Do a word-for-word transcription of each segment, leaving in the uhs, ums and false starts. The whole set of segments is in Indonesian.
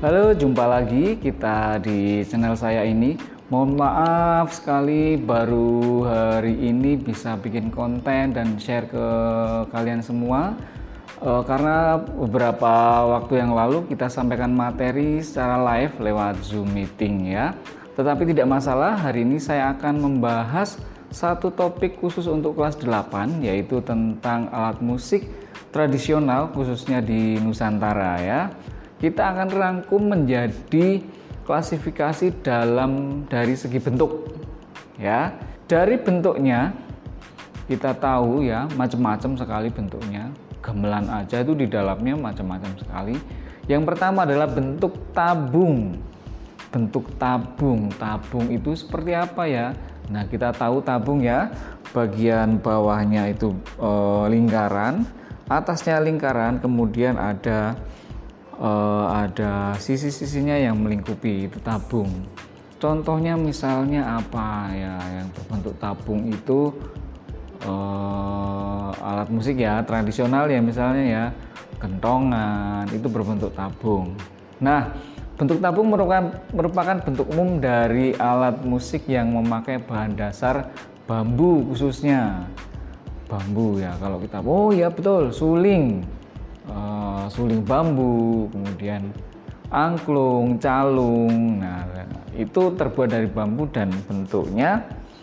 Halo, jumpa lagi kita di channel saya ini. Mohon maaf sekali baru hari ini bisa bikin konten dan share ke kalian semua e, karena beberapa waktu yang lalu kita sampaikan materi secara live lewat Zoom meeting ya. Tetapi tidak masalah, hari ini saya akan membahas satu topik khusus untuk kelas delapan, yaitu tentang alat musik tradisional khususnya di Nusantara ya. Kita akan rangkum menjadi klasifikasi dalam dari segi bentuk ya. Dari bentuknya kita tahu ya, macam-macam sekali bentuknya. Gamelan aja itu di dalamnya macam-macam sekali. Yang pertama adalah bentuk tabung. Bentuk tabung. Tabung itu seperti apa ya? Nah, kita tahu tabung ya, bagian bawahnya itu e, lingkaran, atasnya lingkaran, kemudian ada Uh, ada sisi-sisinya yang melingkupi, itu tabung. Contohnya misalnya apa ya yang berbentuk tabung itu uh, alat musik ya tradisional ya, misalnya ya kentongan itu berbentuk tabung. Nah, bentuk tabung merupakan, merupakan bentuk umum dari alat musik yang memakai bahan dasar bambu, khususnya bambu ya. Kalau kita oh ya betul, suling Uh, suling bambu, kemudian angklung, calung. Nah, itu terbuat dari bambu dan bentuknya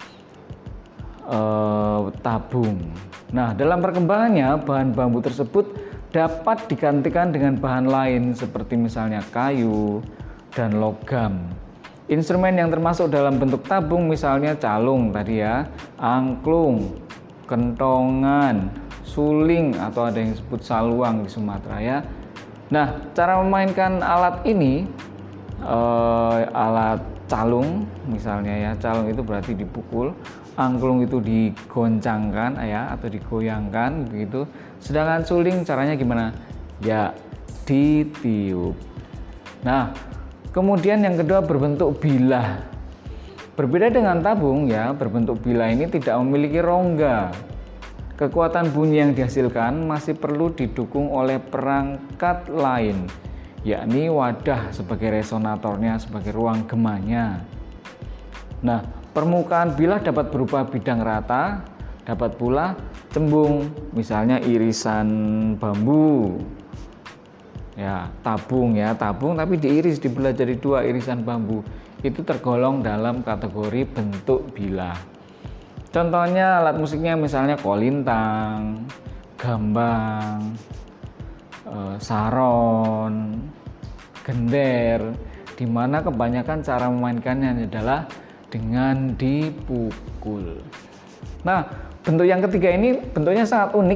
uh, tabung. Nah, dalam perkembangannya bahan bambu tersebut dapat digantikan dengan bahan lain seperti misalnya kayu dan logam. Instrumen yang termasuk dalam bentuk tabung misalnya calung tadi ya, angklung, kentongan, suling, atau ada yang disebut saluang di Sumatera ya. Nah, cara memainkan alat ini eh, alat calung misalnya ya, calung itu berarti dipukul, angklung itu digoncangkan ya atau digoyangkan begitu. Sedangkan suling caranya gimana? Ya, ditiup. Nah, kemudian yang kedua berbentuk bilah. Berbeda dengan tabung ya, berbentuk bilah ini tidak memiliki rongga. Kekuatan bunyi yang dihasilkan masih perlu didukung oleh perangkat lain, yakni wadah sebagai resonatornya, sebagai ruang gemanya. Nah, permukaan bilah dapat berupa bidang rata, dapat pula cembung, misalnya irisan bambu. Ya, tabung ya, tabung tapi diiris, dibelah jadi dua, irisan bambu. Itu tergolong dalam kategori bentuk bilah. Contohnya alat musiknya misalnya kolintang, gambang, e, saron, gender, di mana kebanyakan cara memainkannya adalah dengan dipukul. Nah, bentuk yang ketiga ini bentuknya sangat unik,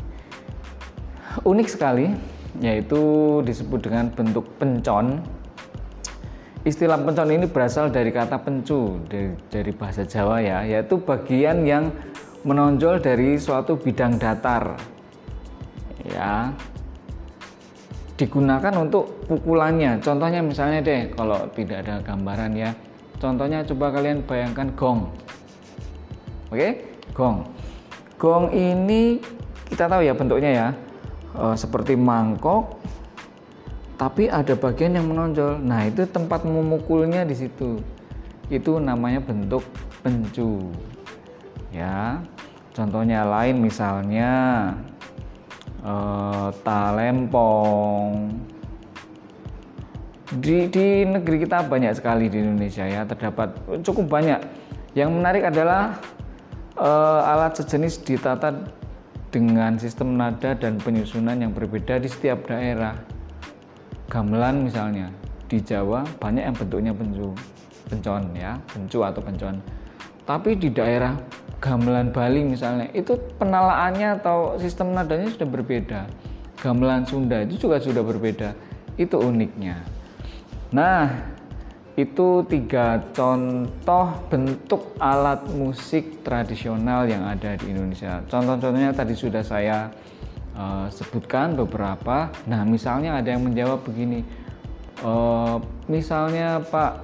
unik sekali, yaitu disebut dengan bentuk pencon. Istilah pencon ini berasal dari kata pencu, dari, dari bahasa Jawa ya, yaitu bagian yang menonjol dari suatu bidang datar ya, digunakan untuk pukulannya. Contohnya misalnya deh, kalau tidak ada gambaran ya, contohnya coba kalian bayangkan gong. Oke, gong. Gong ini kita tahu ya bentuknya ya, e, seperti mangkok, tapi ada bagian yang menonjol. Nah, itu tempat memukulnya di situ. Itu namanya bentuk pencu. Ya. Contohnya lain misalnya eh, talempong. Di di negeri kita banyak sekali di Indonesia ya, terdapat cukup banyak. Yang menarik adalah eh, alat sejenis ditata dengan sistem nada dan penyusunan yang berbeda di setiap daerah. Gamelan misalnya di Jawa banyak yang bentuknya pencu, pencon ya, pencu atau pencon. Tapi di daerah gamelan Bali misalnya itu penalaannya atau sistem nadanya sudah berbeda. Gamelan Sunda itu juga sudah berbeda. Itu uniknya. Nah, itu tiga contoh bentuk alat musik tradisional yang ada di Indonesia. Contoh-contohnya tadi sudah saya Uh, sebutkan beberapa. Nah, misalnya ada yang menjawab begini, uh, misalnya Pak,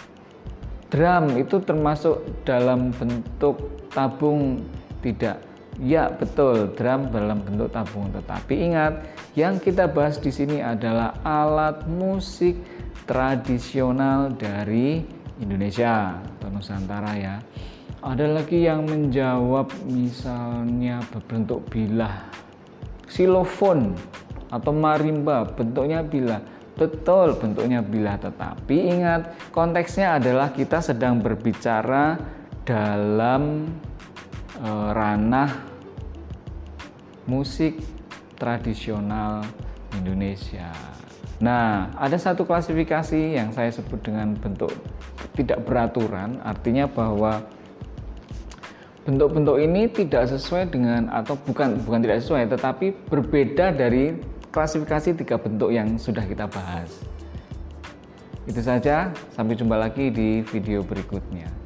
drum itu termasuk dalam bentuk tabung? Tidak. Ya, betul, drum dalam bentuk tabung. Tetapi ingat, yang kita bahas di sini adalah alat musik tradisional dari Indonesia atau Nusantara ya. Ada lagi yang menjawab misalnya berbentuk bilah, xilofon atau marimba bentuknya bilah. Betul, bentuknya bilah, tetapi ingat konteksnya adalah kita sedang berbicara dalam e, ranah musik tradisional Indonesia. Nah, ada satu klasifikasi yang saya sebut dengan bentuk tidak beraturan, artinya bahwa bentuk-bentuk ini tidak sesuai dengan atau bukan bukan tidak sesuai, tetapi berbeda dari klasifikasi tiga bentuk yang sudah kita bahas. Itu saja, sampai jumpa lagi di video berikutnya.